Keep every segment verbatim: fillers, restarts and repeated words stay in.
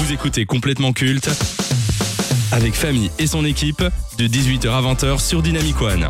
Vous écoutez Complètement Culte avec Famille et son équipe de dix-huit heures à vingt heures sur Dynamic One.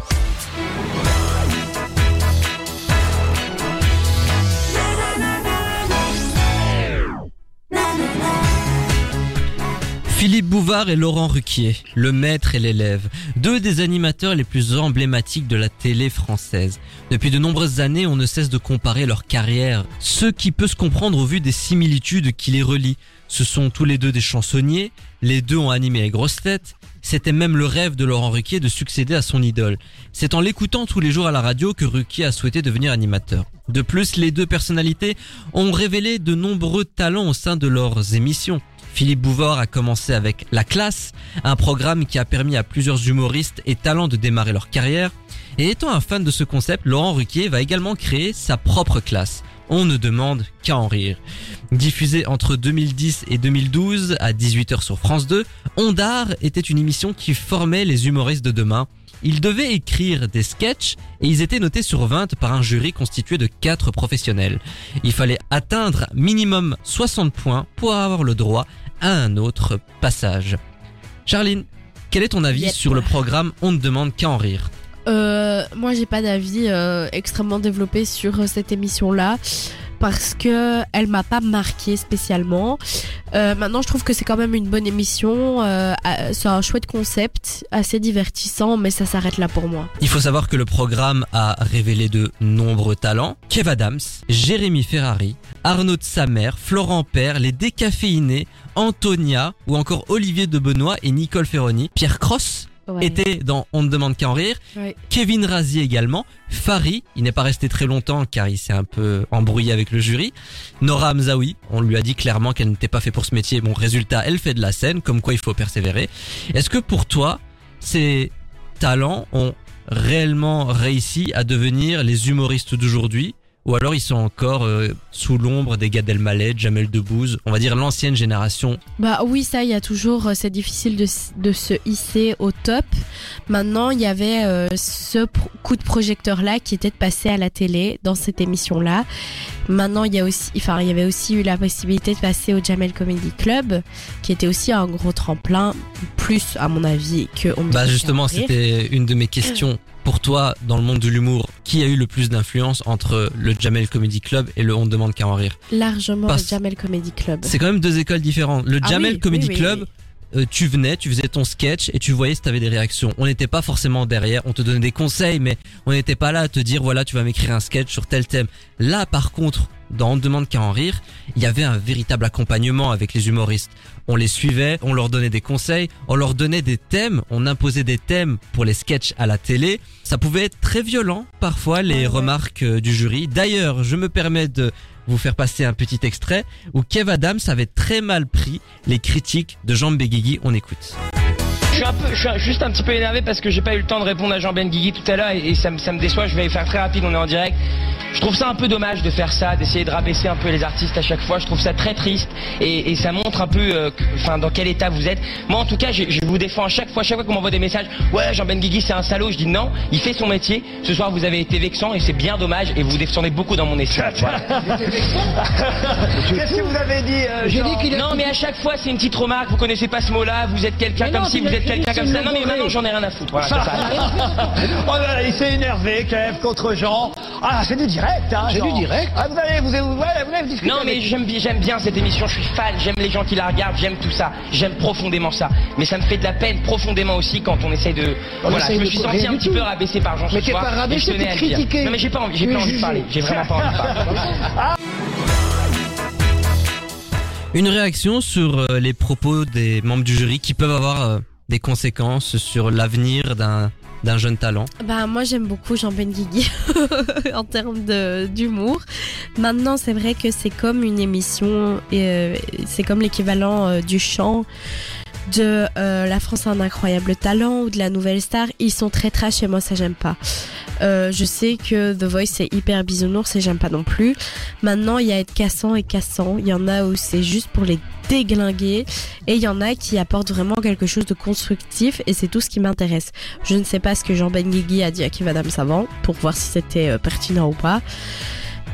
Philippe Bouvard et Laurent Ruquier, le maître et l'élève, deux des animateurs les plus emblématiques de la télé française. Depuis de nombreuses années, on ne cesse de comparer leurs carrières, ce qui peut se comprendre au vu des similitudes qui les relient. Ce sont tous les deux des chansonniers, les deux ont animé les grosses têtes. C'était même le rêve de Laurent Ruquier de succéder à son idole. C'est en l'écoutant tous les jours à la radio que Ruquier a souhaité devenir animateur. De plus, les deux personnalités ont révélé de nombreux talents au sein de leurs émissions. Philippe Bouvard a commencé avec La Classe, un programme qui a permis à plusieurs humoristes et talents de démarrer leur carrière. Et étant un fan de ce concept, Laurent Ruquier va également créer sa propre classe. On ne demande qu'à en rire. Diffusée entre deux mille dix et deux mille douze à dix-huit heures sur France deux, Ondar était une émission qui formait les humoristes de demain. Ils devaient écrire des sketchs et ils étaient notés sur vingt par un jury constitué de quatre professionnels. Il fallait atteindre minimum soixante points pour avoir le droit à un autre passage. Charline, quel est ton avis yep. sur le programme On ne demande qu'à en rire ? Euh, moi j'ai pas d'avis euh, extrêmement développé sur euh, cette émission-là parce que elle m'a pas marqué spécialement. Euh, maintenant je trouve que c'est quand même une bonne émission, euh, c'est un chouette concept, assez divertissant, mais ça s'arrête là pour moi. Il faut savoir que le programme a révélé de nombreux talents. Kev Adams, Jérémy Ferrari, Arnaud de Samer, Florent Père, les Décaféinés, Antonia ou encore Olivier de Benoît et Nicole Ferroni. Pierre Cross Ouais. était dans On ne demande qu'à en rire. Ouais. Kevin Razier également. Fari, il n'est pas resté très longtemps car il s'est un peu embrouillé avec le jury. Nora Hamzaoui, on lui a dit clairement qu'elle n'était pas fait pour ce métier. Bon, résultat, elle fait de la scène, comme quoi il faut persévérer. Est-ce que pour toi, ces talents ont réellement réussi à devenir les humoristes d'aujourd'hui ? Ou alors ils sont encore euh, sous l'ombre des Gad Elmaleh, Jamel Debbouze, on va dire l'ancienne génération. Bah oui, ça, il y a toujours, c'est difficile de, de se hisser au top. Maintenant, il y avait euh, ce pro- coup de projecteur-là qui était de passer à la télé dans cette émission-là. Maintenant, il y a aussi, enfin, il y avait aussi eu la possibilité de passer au Jamel Comedy Club, qui était aussi un gros tremplin, plus à mon avis que on Bah justement, c'était une de mes questions. Pour toi, dans le monde de l'humour, qui a eu le plus d'influence entre le Jamel Comedy Club et le On ne demande qu'à en rire ? Largement Parce... le Jamel Comedy Club. C'est quand même deux écoles différentes. Le ah Jamel oui, Comedy oui, oui, Club, oui. Euh, tu venais, tu faisais ton sketch et tu voyais si t'avais des réactions. On n'était pas forcément derrière, on te donnait des conseils, mais on n'était pas là à te dire voilà, tu vas m'écrire un sketch sur tel thème. Là, par contre, dans On ne demande qu'à en rire, il y avait un véritable accompagnement avec les humoristes. On les suivait, on leur donnait des conseils, on leur donnait des thèmes, on imposait des thèmes pour les sketchs à la télé. Ça pouvait être très violent, parfois, les ouais. remarques du jury. D'ailleurs, je me permets de vous faire passer un petit extrait où Kev Adams avait très mal pris les critiques de Jean Benguigui. On écoute. Je suis un peu, je suis juste un petit peu énervé parce que j'ai pas eu le temps de répondre à Jean Benguigui tout à l'heure et, et ça, me, ça me déçoit. Je vais faire très rapide, on est en direct. Je trouve ça un peu dommage de faire ça, d'essayer de rabaisser un peu les artistes à chaque fois. Je trouve ça très triste et, et ça montre un peu, euh, enfin, dans quel état vous êtes. Moi, en tout cas, je, je vous défends à chaque fois, chaque fois qu'on m'envoie des messages. Ouais, Jean Benguigui, c'est un salaud. Je dis non, il fait son métier. Ce soir, vous avez été vexant et c'est bien dommage et vous vous défendez beaucoup dans mon estime. Voilà. Qu'est-ce que vous avez dit euh, J'ai dit qu'il a... Non, mais à chaque fois, c'est une petite remarque. Vous connaissez pas ce mot-là. Vous êtes quelqu'un comme si vous êtes quelqu'un comme ça. Non, mais maintenant, j'en ai rien à foutre. Voilà, oh là, il s'est énervé, Kev, contre Jean. Ah, c'est du direct, hein. C'est Jean. du direct. Ah, vous allez, vous allez, vous allez, vous allez discuter. Non, mais avec... j'aime, j'aime bien cette émission. Je suis fan. J'aime les gens qui la regardent. J'aime tout ça. J'aime profondément ça. Mais ça me fait de la peine profondément aussi quand on essaie de. On voilà, je me suis senti un petit tout. peu rabaissé par Jean ce mais soir. Mais t'es pas rabaissé, t'es critiqué. Non, mais j'ai pas envie. J'ai pas envie de parler. J'ai vraiment pas envie de parler. Une réaction sur euh, les propos des membres du jury qui peuvent avoir euh, des conséquences sur l'avenir d'un d'un jeune talent. Bah moi j'aime beaucoup Jean Benguigui en termes de d'humour. Maintenant c'est vrai que c'est comme une émission et euh, c'est comme l'équivalent euh, du chant de euh, La France a un incroyable talent ou de La Nouvelle Star. Ils sont très trash et moi ça j'aime pas. Euh, je sais que The Voice c'est hyper bisounours et j'aime pas non plus. Maintenant il y a être cassant et cassant. Il y en a où c'est juste pour les déglinguer et il y en a qui apportent vraiment quelque chose de constructif et c'est tout ce qui m'intéresse. Je ne sais pas ce que Jean Benguigui a dit à Kev Adams avant pour voir si c'était euh, pertinent ou pas.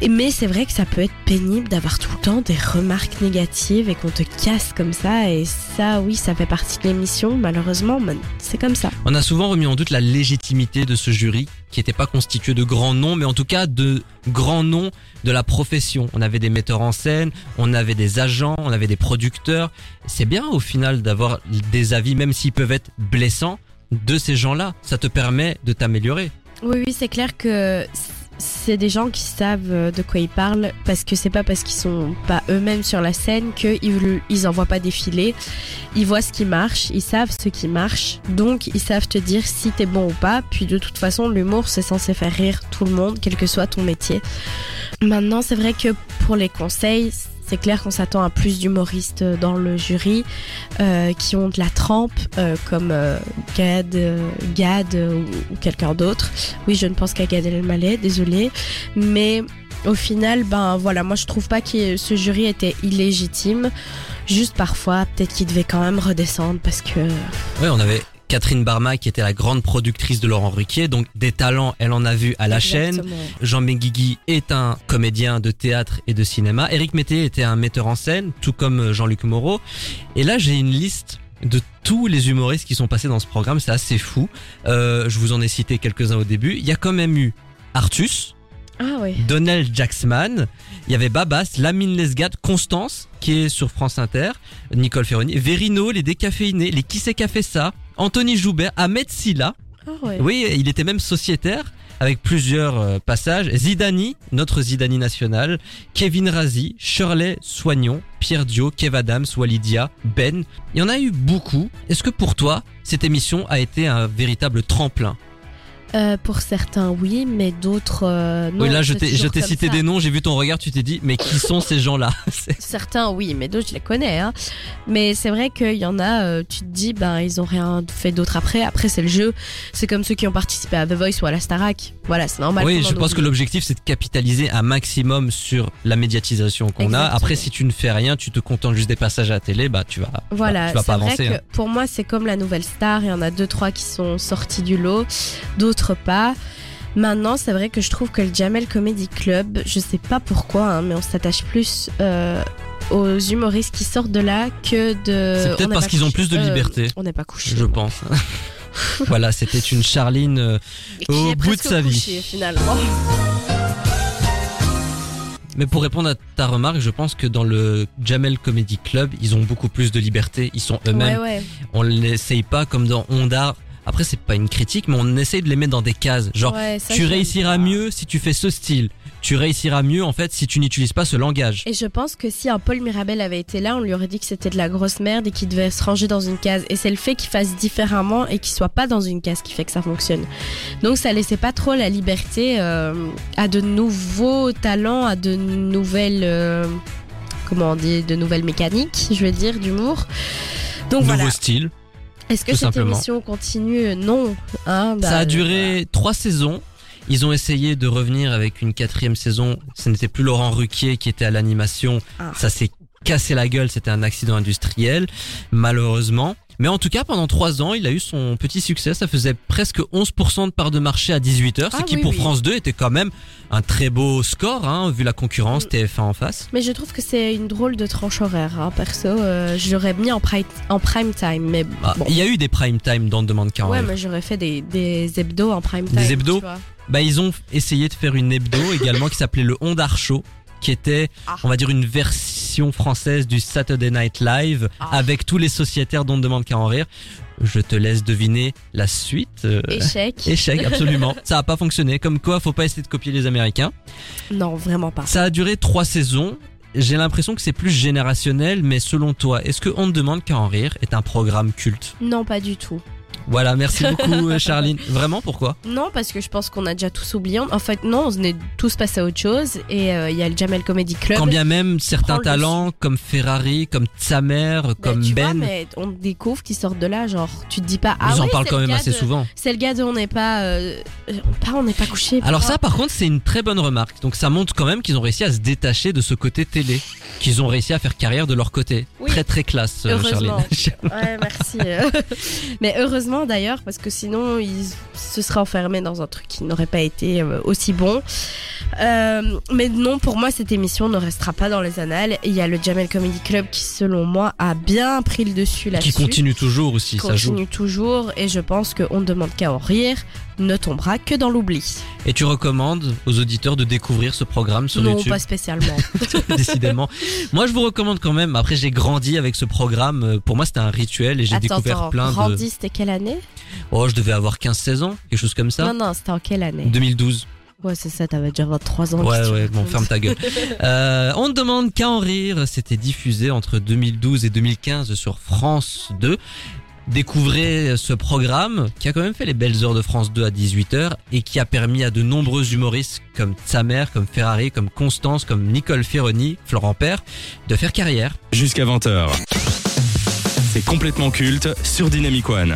Mais c'est vrai que ça peut être pénible d'avoir tout le temps des remarques négatives et qu'on te casse comme ça. Et ça, oui, ça fait partie de l'émission. Malheureusement, c'est comme ça. On a souvent remis en doute la légitimité de ce jury qui n'était pas constitué de grands noms, mais en tout cas de grands noms de la profession. On avait des metteurs en scène, on avait des agents, on avait des producteurs. C'est bien au final d'avoir des avis, même s'ils peuvent être blessants, de ces gens-là. Ça te permet de t'améliorer. Oui, oui, c'est clair que c'est des gens qui savent de quoi ils parlent, parce que c'est pas parce qu'ils sont pas eux-mêmes sur la scène qu'ils ils envoient pas défiler. Ils voient ce qui marche, ils savent ce qui marche, donc ils savent te dire si t'es bon ou pas. Puis de toute façon, l'humour, c'est censé faire rire tout le monde, quel que soit ton métier. Maintenant, c'est vrai que pour les conseils, c'est clair qu'on s'attend à plus d'humoristes dans le jury euh, qui ont de la trempe, euh, comme euh, Gad, euh, Gad euh, ou, ou quelqu'un d'autre. Oui, je ne pense qu'à Gad Elmaleh, désolée. Mais au final, ben voilà, moi je trouve pas que ce jury était illégitime. Juste parfois, peut-être qu'il devait quand même redescendre parce que... Oui, on avait Catherine Barma qui était la grande productrice de Laurent Ruquier, donc des talents, elle en a vu à la Exactement. chaîne. Jean Benguigui est un comédien de théâtre et de cinéma. Éric Mété était un metteur en scène, tout comme Jean-Luc Moreau. Et là, j'ai une liste de tous les humoristes qui sont passés dans ce programme, c'est assez fou. Euh, je vous en ai cité quelques-uns au début. Il y a quand même eu Artus, Ah oui. Donald Jacksman, il y avait Babas, Lamine Lesgat, Constance, qui est sur France Inter, Nicole Ferroni, Verino, les Décaféinés, les Qui c'est qu'a fait ça, Anthony Joubert, Ahmed Silla. Ah ouais. Oui, il était même sociétaire avec plusieurs euh, passages. Zidani, notre Zidani national, Kevin Razi, Shirley Soignon, Pierre Dio, Kev Adams, Walidia, Ben. Il y en a eu beaucoup. Est-ce que pour toi, cette émission a été un véritable tremplin ? Euh, pour certains, oui, mais d'autres, euh, non. Oui, là, je c'est t'ai, je toujours t'ai comme cité ça. des noms, j'ai vu ton regard, tu t'es dit, mais qui sont ces gens-là ? C'est- Certains, oui, mais d'autres, je les connais. Hein. Mais c'est vrai qu'il y en a, euh, tu te dis, ben, ils ont rien fait d'autre après. Après, c'est le jeu. C'est comme ceux qui ont participé à The Voice ou à la Starac. Voilà, c'est normal. Oui, qu'on en je pense oublie. que l'objectif, c'est de capitaliser un maximum sur la médiatisation qu'on a. Exactement. Après, si tu ne fais rien, tu te contentes juste des passages à la télé, bah, tu vas, Voilà, tu vas c'est pas vrai avancer. que hein. pour moi, c'est comme la nouvelle star. Il y en a deux, trois qui sont sortis du lot, d'autres pas. Maintenant, c'est vrai que je trouve que le Jamel Comedy Club, je sais pas pourquoi, hein, mais on s'attache plus euh, aux humoristes qui sortent de là que de... C'est on peut-être n'est parce pas qu'ils ont couché- plus de euh, liberté. on n'est pas couché. Je pense. Voilà, c'était une Charline euh, Et qui au est bout de presque sa vie. couché, finalement. Mais pour répondre à ta remarque, je pense que dans le Jamel Comedy Club, ils ont beaucoup plus de liberté. Ils sont eux-mêmes. Ouais, ouais. On l'essaye pas comme dans Ondar. Après, c'est pas une critique, mais on essaye de les mettre dans des cases. Genre, Ouais, ça, tu j'aime réussiras pas. mieux si tu fais ce style. Tu réussiras mieux, en fait, si tu n'utilises pas ce langage. Et je pense que si un Paul Mirabel avait été là, on lui aurait dit que c'était de la grosse merde et qu'il devait se ranger dans une case. Et c'est le fait qu'il fasse différemment et qu'il soit pas dans une case qui fait que ça fonctionne. Donc ça laissait pas trop la liberté euh, à de nouveaux talents, à de nouvelles, euh, comment on dit, de nouvelles mécaniques, je veux dire, d'humour. Donc Nouveau voilà. style. Est-ce que tout cette simplement. émission continue ? Non. Hein, bah, Ça a euh, duré trois saisons. Ils ont essayé de revenir avec une quatrième saison. Ce n'était plus Laurent Ruquier qui était à l'animation. Ah. Ça s'est cassé la gueule. C'était un accident industriel, malheureusement. Mais en tout cas, pendant trois ans, il a eu son petit succès. Ça faisait presque onze pour cent de part de marché à dix-huit heures. Ah ce qui, oui, pour oui. France deux, était quand même un très beau score, hein, vu la concurrence Mm. T F un en face. Mais je trouve que c'est une drôle de tranche horaire, hein, perso. Euh, je l'aurais mis en prime, en prime time, mais Ah, bon. Il y a eu des prime time dans Demande quarante. Ouais, mais j'aurais fait des, des hebdos en prime time. Des hebdos tu vois. Bah, ils ont essayé de faire une hebdo également qui s'appelait le Ondar Show, qui était, Ah. on va dire, une version française du Saturday Night Live, Ah. avec tous les sociétaires dont on ne demande qu'à en rire. Je te laisse deviner la suite. euh, Échec. Échec, absolument. Ça a pas fonctionné. Comme quoi, faut pas essayer de copier les Américains. Non, vraiment pas. Ça a duré trois saisons. J'ai l'impression que c'est plus générationnel, mais selon toi, est-ce que On ne demande qu'à en rire est un programme culte? Non, pas du tout. Voilà, merci beaucoup euh, Charline. Vraiment, pourquoi? Non, parce que je pense qu'on a déjà tous oublié. En fait, non, on est tous passés à autre chose. Et euh, il y a le Jamel Comedy Club. Quand bien même certains prend le talents comme Ferrari, comme Tsamer, Bah, comme tu Ben, vois, mais on découvre qu'ils sortent de là, genre, tu te dis pas, ah ils en ouais, parlent c'est quand le même gars assez de- souvent. C'est le gars de on n'est pas, euh, euh, pas, on n'est pas couché. Alors pourquoi ça, par contre, c'est une très bonne remarque. Donc ça montre quand même qu'ils ont réussi à se détacher de ce côté télé, qu'ils ont réussi à faire carrière de leur côté. Oui. Très très classe, euh, Heureusement. Charline. Ouais, merci. Mais heureusement d'ailleurs, parce que sinon, ils se seraient enfermés dans un truc qui n'aurait pas été euh, aussi bon. Euh, mais non, pour moi, cette émission ne restera pas dans les annales. Il y a le Jamel Comedy Club qui, selon moi, a bien pris le dessus là-dessus. Qui continue toujours aussi, ça joue. Continue toujours, et je pense qu'on ne demande qu'à en rire ne tombera que dans l'oubli. Et tu recommandes aux auditeurs de découvrir ce programme sur non, YouTube? Non, pas spécialement. Décidément. Moi, je vous recommande quand même. Après, j'ai grandi avec ce programme. Pour moi, c'était un rituel et j'ai attends, découvert attends, plein grandi, de... Grandi, c'était quelle année? Oh, je devais avoir quinze seize ans, quelque chose comme ça. Non, non, c'était en quelle année? deux mille douze. Ouais, c'est ça, t'avais déjà vingt-trois ans. Ouais, ouais, bon, ferme ta gueule. euh, on ne demande qu'à en rire. C'était diffusé entre deux mille douze et deux mille quinze sur France deux. Découvrez ce programme qui a quand même fait les belles heures de France deux à dix-huit heures et qui a permis à de nombreux humoristes comme Tsamer, comme Ferrari, comme Constance, comme Nicole Ferroni, Florent Père, de faire carrière. Jusqu'à vingt heures. C'est complètement culte sur Dynamic One.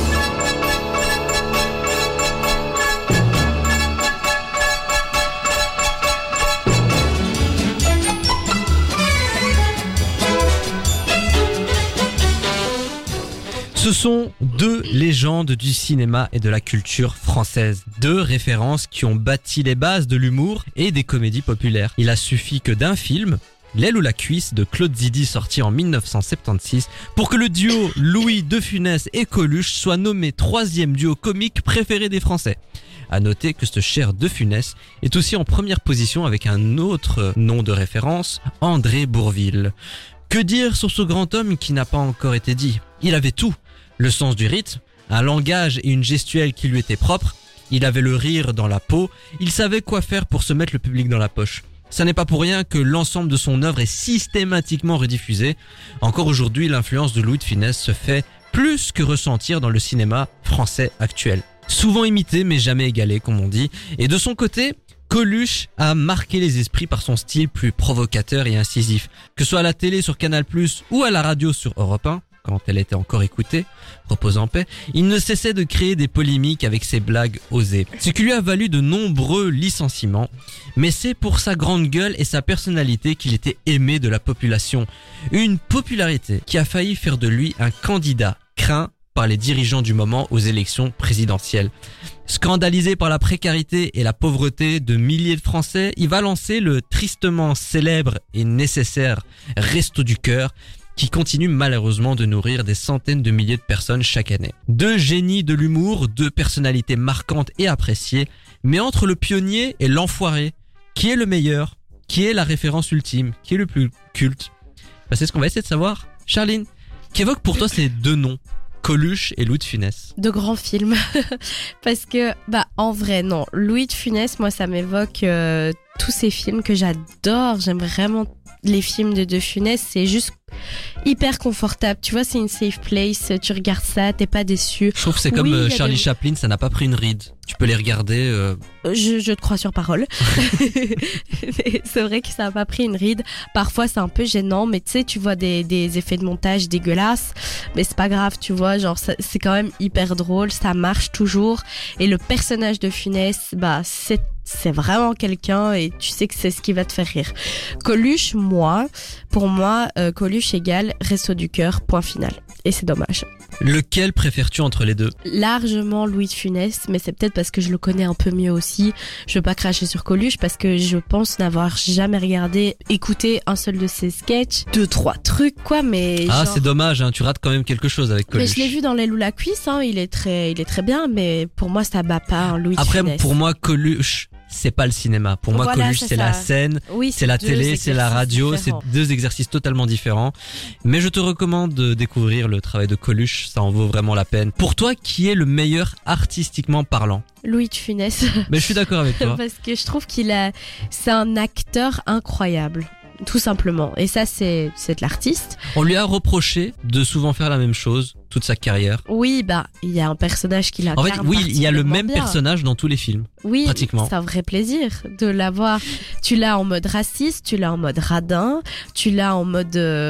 Ce sont deux légendes du cinéma et de la culture française. Deux références qui ont bâti les bases de l'humour et des comédies populaires. Il a suffi que d'un film, L'aile ou la cuisse de Claude Zidi, sorti en dix-neuf cent soixante-seize, pour que le duo Louis de Funès et Coluche soit nommé troisième duo comique préféré des Français. À noter que ce cher De Funès est aussi en première position avec un autre nom de référence, André Bourvil. Que dire sur ce grand homme qui n'a pas encore été dit? Il avait tout. Le sens du rythme, un langage et une gestuelle qui lui étaient propres, il avait le rire dans la peau, il savait quoi faire pour se mettre le public dans la poche. Ça n'est pas pour rien que l'ensemble de son œuvre est systématiquement rediffusé. Encore aujourd'hui, l'influence de Louis de Funès se fait plus que ressentir dans le cinéma français actuel. Souvent imité mais jamais égalé, comme on dit. Et de son côté, Coluche a marqué les esprits par son style plus provocateur et incisif. Que ce soit à la télé sur Canal plus, ou à la radio sur Europe un, quand elle était encore écoutée, repose en paix, il ne cessait de créer des polémiques avec ses blagues osées. Ce qui lui a valu de nombreux licenciements, mais c'est pour sa grande gueule et sa personnalité qu'il était aimé de la population. Une popularité qui a failli faire de lui un candidat craint par les dirigeants du moment aux élections présidentielles. Scandalisé par la précarité et la pauvreté de milliers de Français, il va lancer le tristement célèbre et nécessaire Resto du Cœur, qui continue malheureusement de nourrir des centaines de milliers de personnes chaque année. Deux génies de l'humour, deux personnalités marquantes et appréciées, mais entre le pionnier et l'enfoiré, qui est le meilleur? Qui est la référence ultime? Qui est le plus culte? Bah, c'est ce qu'on va essayer de savoir. Charline, qu'évoquent pour toi ces deux noms? Coluche et Louis de Funès. De grands films. Parce que, bah, en vrai, non. Louis de Funès, moi, ça m'évoque euh, tous ces films que j'adore. J'aime vraiment les films de De Funès. C'est juste hyper confortable. Tu vois, c'est une safe place. Tu regardes ça, t'es pas déçu. Je trouve que c'est comme oui, euh, Charlie des... Chaplin, ça n'a pas pris une ride. Tu peux les regarder. Euh... Je, je te crois sur parole. C'est vrai que ça n'a pas pris une ride. Parfois, c'est un peu gênant, mais tu sais, tu vois des, des effets de montage dégueulasses. Mais c'est pas grave, tu vois. Genre, ça, c'est quand même hyper drôle. Ça marche toujours. Et le personnage de Funès, bah, c'est c'est vraiment quelqu'un et tu sais que c'est ce qui va te faire rire. Coluche, moi, pour moi, euh, Coluche égale Resto du Cœur, point final. Et c'est dommage. Lequel préfères-tu entre les deux? Largement Louis de Funès, mais c'est peut-être parce que je le connais un peu mieux aussi. Je veux pas cracher sur Coluche parce que je pense n'avoir jamais regardé, écouté un seul de ses sketchs. Deux, trois trucs, quoi, mais Ah, genre... c'est dommage, hein, tu rates quand même quelque chose avec Coluche. Mais je l'ai vu dans L'aile ou la cuisse, hein, il est très, il est très bien, mais pour moi, ça bat pas un Louis Après, de Funès. pour moi, Coluche, c'est pas le cinéma. Pour moi, Voilà, Coluche, c'est c'est ça. la scène, Oui, c'est la deux télé, c'est la exercices radio, c'est différents. deux exercices totalement différents. Mais je te recommande de découvrir le travail de Coluche, ça en vaut vraiment la peine. Pour toi, qui est le meilleur artistiquement parlant? Louis de Funès. Mais je suis d'accord avec toi. Parce que je trouve qu'il a, c'est un acteur incroyable. Tout simplement. Et ça, c'est, c'est de l'artiste. On lui a reproché de souvent faire la même chose toute sa carrière. Oui, bah, il y a un personnage qui l'a En fait, oui, il y a le même bien. personnage dans tous les films. Oui, pratiquement. c'est un vrai plaisir de l'avoir. Tu l'as en mode raciste, tu l'as en mode radin, tu l'as en mode euh,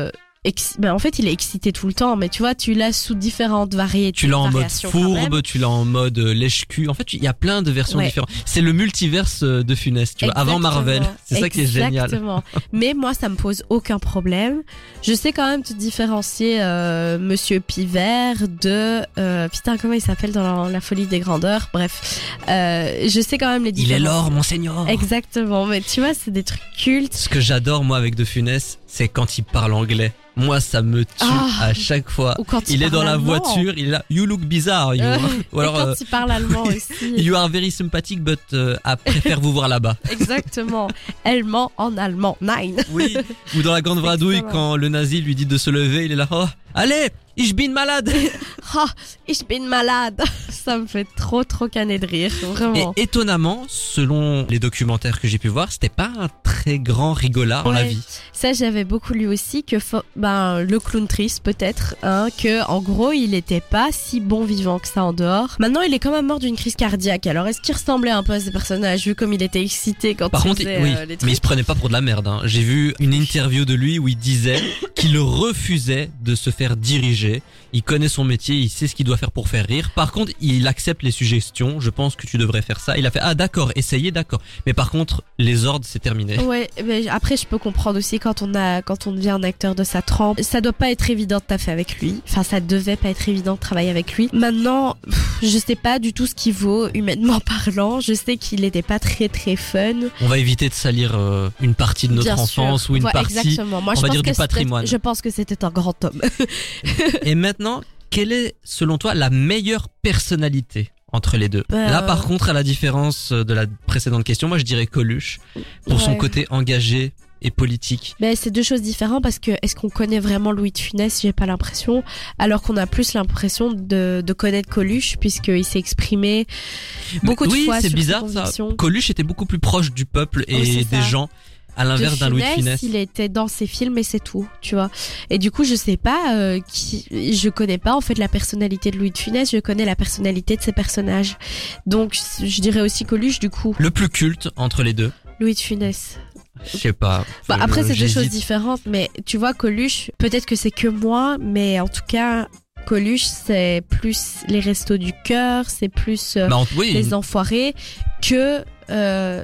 ex- ben, en fait, il est excité tout le temps, mais tu vois, tu l'as sous différentes variétés. Tu l'as en mode variations quand même. fourbe, tu l'as en mode euh, lèche-cul. En fait, il y a plein de versions Ouais. différentes. C'est le multiverse euh, de Funès, tu vois, avant Marvel. C'est ça qui est génial. Exactement. Mais moi, ça me pose aucun problème. Je sais quand même te différencier euh, Monsieur Pivert de euh, putain comment il s'appelle dans la, la folie des grandeurs. Bref, euh, je sais quand même les Il est différences. l'or, monseigneur. Exactement. Mais tu vois, c'est des trucs cultes. Ce que j'adore, moi, avec De Funès, c'est quand il parle anglais. Moi, ça me tue Ah. à chaque fois. Ou quand Il est dans parle la allemand. voiture, il est là, you look bizarre, you. Euh, Ou et alors, quand euh, il parle allemand aussi. you are very sympathetic, but euh, I préfère vous voir là-bas. Exactement. Elle ment en allemand. Nine. Oui. Ou dans La Grande Vadrouille, Exactement. quand le nazi lui dit de se lever, il est là, oh, allez, ich bin malade. Ah, ich bin malade. Ça me fait trop trop caner de rire. Et Vraiment. étonnamment, selon les documentaires que j'ai pu voir, c'était pas un très grand rigolard dans la Ouais. vie. Ça, j'avais beaucoup lu aussi que fo- ben, le clown triste, peut-être, hein, que en gros, il était pas si bon vivant que ça en dehors. Maintenant, il est quand même mort d'une crise cardiaque. Alors, est-ce qu'il ressemblait un peu à ce personnage, vu comme il était excité quand Par il contre, faisait oui, euh, les mais il trucs se prenait pas pour de la merde. Hein. J'ai vu une interview de lui où il disait qu'il refusait de se faire diriger. Il connaît son métier, il sait ce qu'il doit faire pour faire rire. Par contre, il accepte les suggestions. Je pense que tu devrais faire ça. Il a fait ah d'accord, essayez, d'accord. Mais par contre, les ordres, c'est terminé. Ouais, mais après, je peux comprendre aussi quand on a, quand on devient un acteur de sa trempe, ça doit pas être évident de taffer avec lui. Enfin, ça devait pas être évident de travailler avec lui. Maintenant, pff, je sais pas du tout ce qu'il vaut, humainement parlant. Je sais qu'il était pas très très fun. On va éviter de salir euh, une partie de notre Bien enfance sûr. ou une Ouais, partie. exactement. Moi, on je va pense dire, que du c'était- patrimoine. Je pense que c'était un grand homme. Et maintenant, quelle est, selon toi, la meilleure personnalité entre les deux? Bah, Là, euh, par contre, à la différence de la précédente question, moi, je dirais Coluche pour son Ouais. côté engagé et politique. Mais c'est deux choses différentes parce que est-ce qu'on connaît vraiment Louis de Funès? J'ai pas l'impression. Alors qu'on a plus l'impression de, de connaître Coluche puisqu'il s'est exprimé beaucoup de oui, fois c'est sur bizarre ses ça. convictions. Coluche était beaucoup plus proche du peuple et Oui, c'est des ça. gens, à l'inverse d'un Louis de Funès. Il était dans ses films et c'est tout, tu vois. Et du coup, je sais pas, euh, qui, je connais pas en fait la personnalité de Louis de Funès, je connais la personnalité de ses personnages. Donc, je dirais aussi Coluche du coup. Le plus culte entre les deux, Louis de Funès. je sais pas. Bah, Je- après, c'est deux j'hésite. choses différentes, mais tu vois, Coluche, peut-être que c'est que moi, mais en tout cas, Coluche, c'est plus les restos du cœur, c'est plus euh, Bah, en- oui, les enfoirés que euh,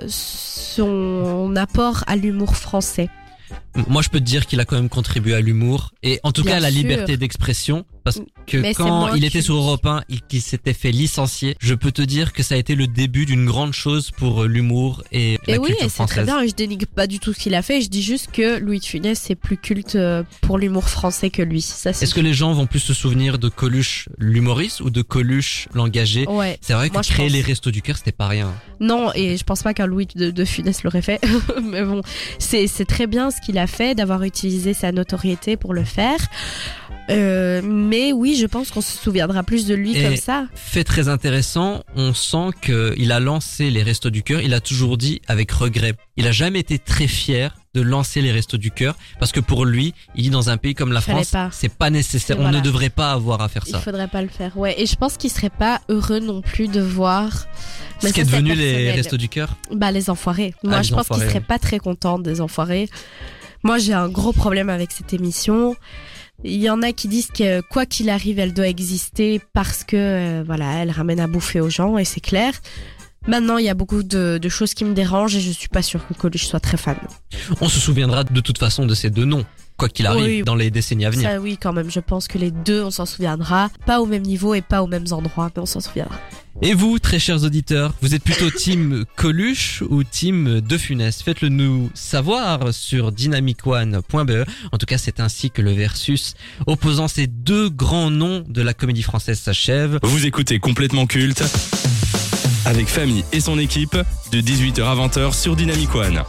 son apport à l'humour français. moi je peux te dire qu'il a quand même contribué à l'humour et en tout Bien cas à la sûr. liberté d'expression parce que Mais c'est quand moins il était culte. sur Europe un et qu'il s'était fait licencier, je peux te dire que ça a été le début d'une grande chose pour euh, l'humour et la Et oui, culture et c'est très française. bien, et je dénigre pas du tout ce qu'il a fait, je dis juste que Louis de Funès c'est plus culte euh, pour l'humour français que lui. Ça, c'est Est-ce que les gens vont plus se souvenir de Coluche l'humoriste ou de Coluche l'engagé? Ouais. C'est vrai que Moi, je créer pense. les restos du cœur c'était pas rien. Non, et je pense pas qu'un Louis de, de Funès l'aurait fait. Mais bon, c'est c'est très bien ce qu'il a fait, d'avoir utilisé sa notoriété pour le faire. Euh, mais oui, je pense qu'on se souviendra plus de lui Et- comme ça. Fait très intéressant, on sent qu'il a lancé les Restos du Cœur, il a toujours dit avec regret. Il a jamais été très fier de lancer les Restos du Cœur parce que pour lui, il dit dans un pays comme la Fallait France, pas. c'est pas nécessaire, Et on voilà. ne devrait pas avoir à faire Il ça. faudrait pas le faire. Ouais, et je pense qu'il serait pas heureux non plus de voir Ce mais qui est ça, c'est devenu les personnel. Restos du Cœur. Bah les enfoirés. Moi, Ah, les je pense qu'il enfoirés, serait ouais. pas très content des enfoirés. Moi, j'ai un gros problème avec cette émission. Il y en a qui disent que quoi qu'il arrive, elle doit exister parce que euh, voilà, elle ramène à bouffer aux gens et c'est clair. Maintenant, il y a beaucoup de, de choses qui me dérangent et je suis pas sûre que Coluche soit très fan. On se souviendra de toute façon de ces deux noms, quoi qu'il arrive, Oui. dans les décennies à venir. Ça, oui, quand même. Je pense que les deux, on s'en souviendra. Pas au même niveau et pas aux mêmes endroits, mais on s'en souviendra. Et vous, très chers auditeurs, vous êtes plutôt team Coluche ou team De Funès? Faites-le nous savoir sur dynamic one point b e. En tout cas, c'est ainsi que le versus opposant ces deux grands noms de la comédie française s'achève. Vous écoutez Complètement Culte avec Famille et son équipe de dix-huit heures à vingt heures sur Dynamic One.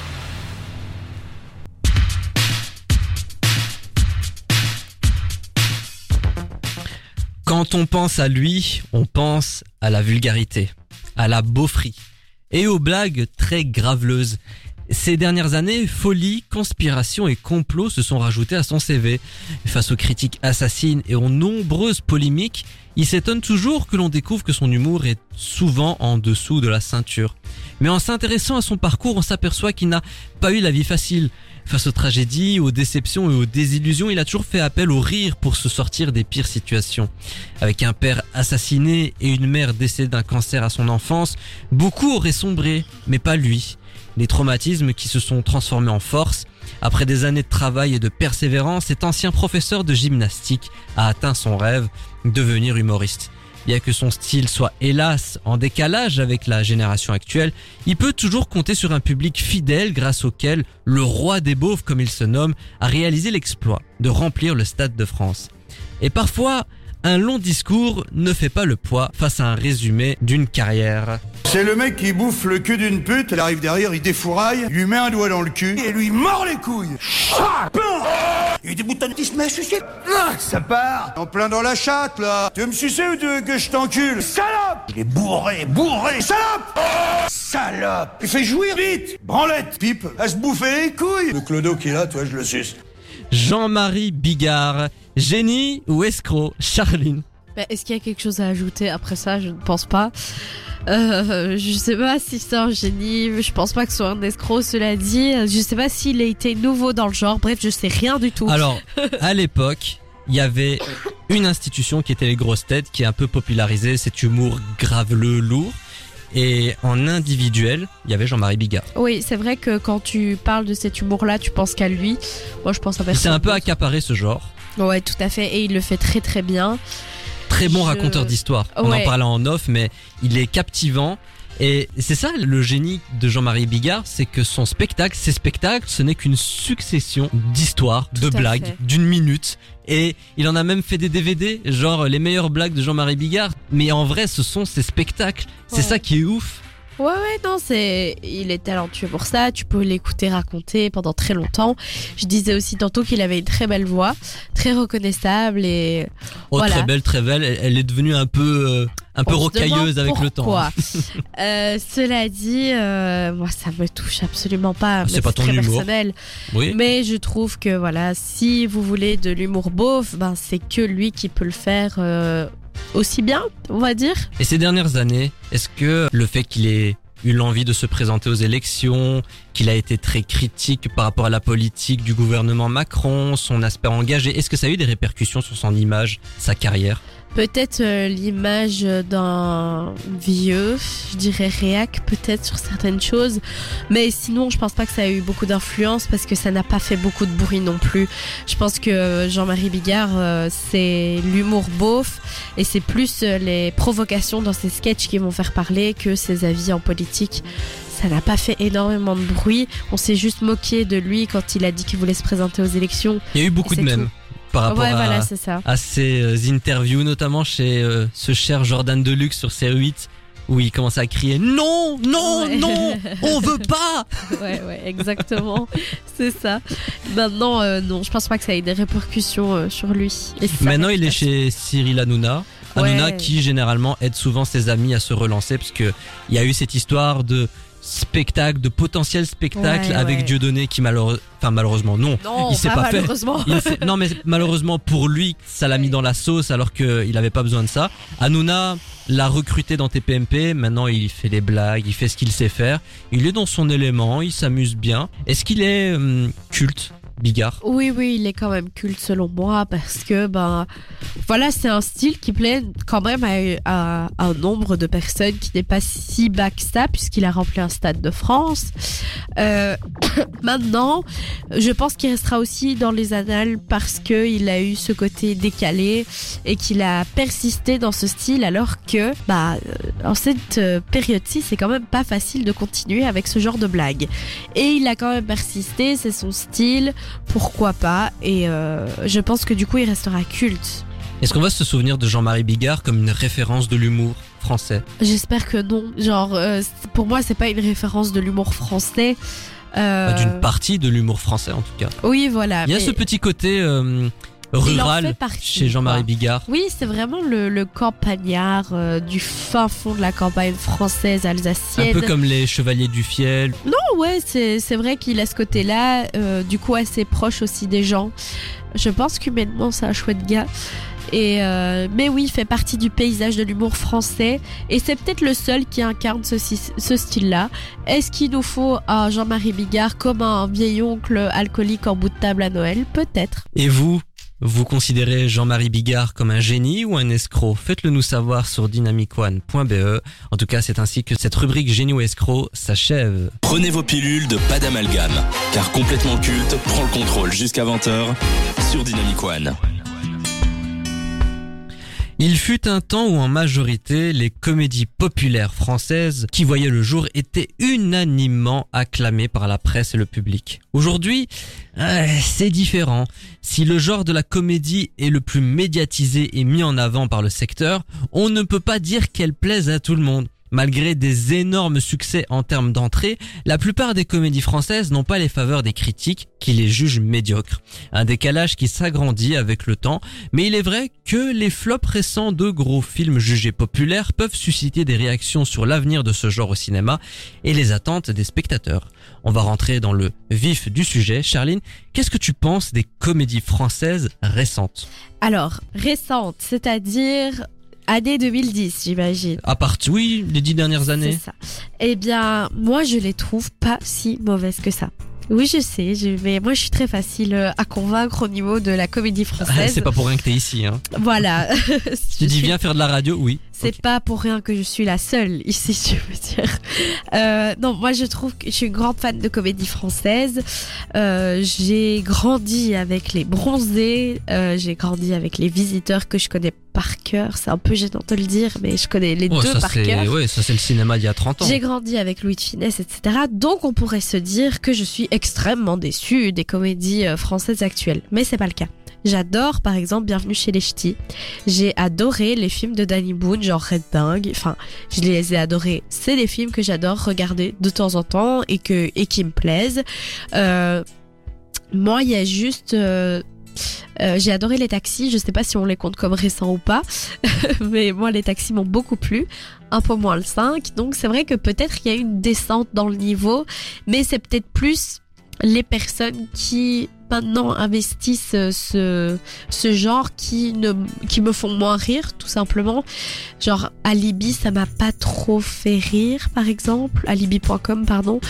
Quand on pense à lui, on pense à la vulgarité, à la beaufrie et aux blagues très graveleuses. Ces dernières années, folie, conspiration et complot se sont rajoutés à son C V. Face aux critiques assassines et aux nombreuses polémiques, il s'étonne toujours que l'on découvre que son humour est souvent en dessous de la ceinture. Mais en s'intéressant à son parcours, on s'aperçoit qu'il n'a pas eu la vie facile. Face aux tragédies, aux déceptions et aux désillusions, il a toujours fait appel au rire pour se sortir des pires situations. Avec un père assassiné et une mère décédée d'un cancer à son enfance, beaucoup auraient sombré, mais pas lui. Les traumatismes qui se sont transformés en force. Après des années de travail et de persévérance, cet ancien professeur de gymnastique a atteint son rêve, devenir humoriste. Bien que son style soit hélas en décalage avec la génération actuelle, il peut toujours compter sur un public fidèle grâce auquel le roi des beaufs, comme il se nomme, a réalisé l'exploit de remplir le Stade de France. Et parfois, un long discours ne fait pas le poids face à un résumé d'une carrière. C'est le mec qui bouffe le cul d'une pute, elle arrive derrière, il défouraille, il lui met un doigt dans le cul et lui mord les couilles. Ah, il déboutonne, il se met à sucer. Ah, ça part. En plein dans la chatte, là. Tu veux me sucer ou tu veux que je t'encule? Salope! Il est bourré, bourré. Salope! Oh, salope! Il fait jouir vite. Branlette, pipe, à se bouffer les couilles. Le clodo qui est là, toi, je le suce. Jean-Marie Bigard, génie ou escroc? Charline. Bah, est-ce qu'il y a quelque chose à ajouter après ça? Je ne pense pas. Euh, je sais pas si c'est un génie, je pense pas que ce soit un escroc, cela dit. Je sais pas s'il a été nouveau dans le genre, bref, je sais rien du tout. Alors, à l'époque, il y avait une institution qui était les grosses têtes, qui a un peu popularisé cet humour graveleux, lourd. Et en individuel, il y avait Jean-Marie Bigard. Oui, c'est vrai que quand tu parles de cet humour-là, tu penses qu'à lui. Moi, je pense à personne. Il s'est un peu accaparé ce genre. Ouais, tout à fait, et il le fait très très bien. Très bon Je... raconteur d'histoire. On ouais. en parlait en off, mais il est captivant. Et c'est ça le génie de Jean-Marie Bigard, c'est que son spectacle, ses spectacles, ce n'est qu'une succession d'histoires, Tout de à blagues, fait. d'une minute. Et il en a même fait des D V D, genre les meilleures blagues de Jean-Marie Bigard. Mais en vrai, ce sont ses spectacles. C'est Ouais. ça qui est ouf. Ouais, ouais, non, c'est, il est talentueux pour ça. Tu peux l'écouter raconter pendant très longtemps. Je disais aussi tantôt qu'il avait une très belle voix, très reconnaissable et. Oh, Voilà. très belle, très belle. Elle, elle est devenue un peu, euh, un peu On se rocailleuse demande avec le temps. pourquoi. euh, cela dit, euh, moi, ça me touche absolument pas. Ah, c'est mais pas ton très humour. personnel. Oui. Mais je trouve que voilà, si vous voulez de l'humour beauf, ben c'est que lui qui peut le faire euh, aussi bien, on va dire. Et ces dernières années, est-ce que le fait qu'il ait eu l'envie de se présenter aux élections, qu'il a été très critique par rapport à la politique du gouvernement Macron, son aspect engagé, est-ce que ça a eu des répercussions sur son image, sa carrière? Peut-être euh, l'image d'un vieux, je dirais réac peut-être sur certaines choses, mais sinon je pense pas que ça a eu beaucoup d'influence parce que ça n'a pas fait beaucoup de bruit non plus. Je pense que Jean-Marie Bigard euh, c'est l'humour beauf et c'est plus euh, les provocations dans ses sketchs qui vont faire parler que ses avis en politique. Ça n'a pas fait énormément de bruit, on s'est juste moqué de lui quand il a dit qu'il voulait se présenter aux élections. Il y a eu beaucoup Et de c'est mèmes tout. par rapport Ouais, à, voilà, c'est ça. à ses euh, interviews, notamment chez euh, ce cher Jordan Deluxe sur C huit, où il commençait à crier « Non, non, Ouais. non, on veut pas !» Ouais, ouais, exactement. C'est ça. Maintenant, euh, non, je pense pas que ça ait des répercussions euh, sur lui. Et sa Maintenant, il est réputation. chez Cyril Hanouna. Hanouna Ouais. qui généralement aide souvent ses amis à se relancer, parce que il y a eu cette histoire de spectacle, de potentiel spectacle Ouais, avec ouais. Dieudonné qui malheureusement, enfin malheureusement non, Non, il s'est pas pas fait. malheureusement. Il s'est- non mais malheureusement pour lui, ça l'a mis Ouais. dans la sauce alors qu'il avait pas besoin de ça. Hanouna l'a recruté dans T P M P, maintenant il fait des blagues, il fait ce qu'il sait faire, il est dans son élément, il s'amuse bien. Est-ce qu'il est hum, culte, Bigard? Oui, oui, il est quand même culte selon moi parce que, ben, voilà, c'est un style qui plaît quand même à, à un nombre de personnes qui n'est pas si bas que ça puisqu'il a rempli un stade de France. Euh, maintenant, je pense qu'il restera aussi dans les annales parce que il a eu ce côté décalé et qu'il a persisté dans ce style alors que, bah, euh, en cette euh, période-ci, c'est quand même pas facile de continuer avec ce genre de blague. Et il a quand même persisté, c'est son style. Pourquoi pas, et euh, je pense que du coup il restera culte. Est-ce qu'on va se souvenir de Jean-Marie Bigard comme une référence de l'humour français? J'espère que non, genre euh, c'est- pour moi c'est pas une référence de l'humour français. Euh, D'une partie de l'humour français en tout cas. Oui voilà. Il y a mais- ce petit côté euh, rural fait partie, chez Jean-Marie quoi. Bigard. Oui, c'est vraiment le, le campagnard euh, du fin fond de la campagne française Un alsacienne. peu comme les Chevaliers du Fiel. Non, ouais, c'est, c'est vrai qu'il a ce côté-là, euh, du coup assez proche aussi des gens. Je pense qu'humainement, c'est un chouette gars. Et euh, mais oui, il fait partie du paysage de l'humour français et c'est peut-être le seul qui incarne ce, ce style-là. Est-ce qu'il nous faut un Jean-Marie Bigard comme un vieil oncle alcoolique en bout de table à Noël ? Peut-être. Et vous, vous considérez Jean-Marie Bigard comme un génie ou un escroc ? Faites-le nous savoir sur dynamic one point b e. En tout cas, c'est ainsi que cette rubrique génie ou escroc s'achève. Prenez vos pilules de pas d'amalgame, car Complètement Culte prend le contrôle jusqu'à vingt heures sur Dynamic One. Il fut un temps où en majorité, les comédies populaires françaises qui voyaient le jour étaient unanimement acclamées par la presse et le public. Aujourd'hui, euh, c'est différent. Si le genre de la comédie est le plus médiatisé et mis en avant par le secteur, on ne peut pas dire qu'elle plaise à tout le monde. Malgré des énormes succès en termes d'entrée, la plupart des comédies françaises n'ont pas les faveurs des critiques qui les jugent médiocres. Un décalage qui s'agrandit avec le temps, mais il est vrai que les flops récents de gros films jugés populaires peuvent susciter des réactions sur l'avenir de ce genre au cinéma et les attentes des spectateurs. On va rentrer dans le vif du sujet. Charline, qu'est-ce que tu penses des comédies françaises récentes ? Alors, récente, c'est-à-dire année deux mille dix, j'imagine. À part, oui, les dix dernières années. C'est ça. Eh bien, moi, je les trouve pas si mauvaises que ça. Oui, je sais, je, mais moi, je suis très facile à convaincre au niveau de la comédie française. C'est pas pour rien que t'es ici, hein. Voilà. Tu dis viens faire de la radio, oui. C'est Okay. pas pour rien que je suis la seule ici, je veux dire. Euh, non, moi je trouve que je suis une grande fan de comédie française. Euh, j'ai grandi avec les Bronzés, euh, j'ai grandi avec les Visiteurs que je connais par cœur. C'est un peu gênant de le dire, mais je connais les Oh, deux ça par c'est, cœur. ouais, ça c'est le cinéma d'il y a trente ans. J'ai grandi avec Louis de Funès, et cetera. Donc on pourrait se dire que je suis extrêmement déçue des comédies françaises actuelles, mais c'est pas le cas. J'adore par exemple Bienvenue chez les Ch'tis. J'ai adoré les films de Danny Boone, genre Red Dingue. Enfin, je les ai adorés. C'est des films que j'adore regarder de temps en temps et que et qui me plaisent. Euh, moi, il y a juste euh, euh, j'ai adoré les taxis. Je sais pas si on les compte comme récents ou pas, mais moi les taxis m'ont beaucoup plu. Un peu moins le cinq. Donc c'est vrai que peut-être il y a une descente dans le niveau, mais c'est peut-être plus les personnes qui maintenant investissent ce, ce genre qui, ne, qui me font moins rire, tout simplement. Genre, Alibi, ça m'a pas trop fait rire, par exemple. Alibi point com, pardon.